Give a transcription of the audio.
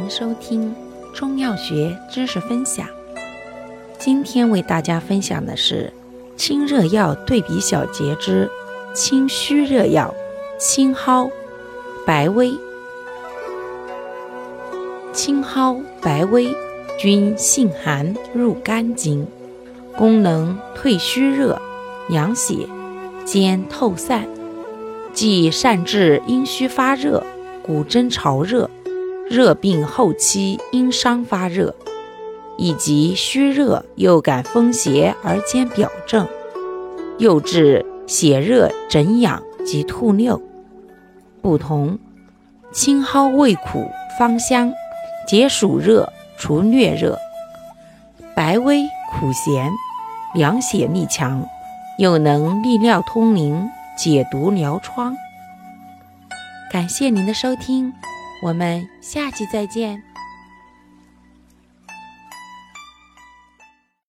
您收听中药学知识分享。今天为大家分享的是清热药对比小节之清虚热药青蒿、白薇。青蒿、白薇均性寒，入肝经，功能退虚热、养血兼透散，既善治阴虚发热、骨蒸潮热、热病后期阴伤发热，以及虚热又感风邪而兼表症，又治血热疹痒及吐衄。不同，青蒿味苦芳香，解暑热除疟热；白薇苦咸，凉血力强，又能利尿通淋，解毒疗疮。感谢您的收听，我们下期再见。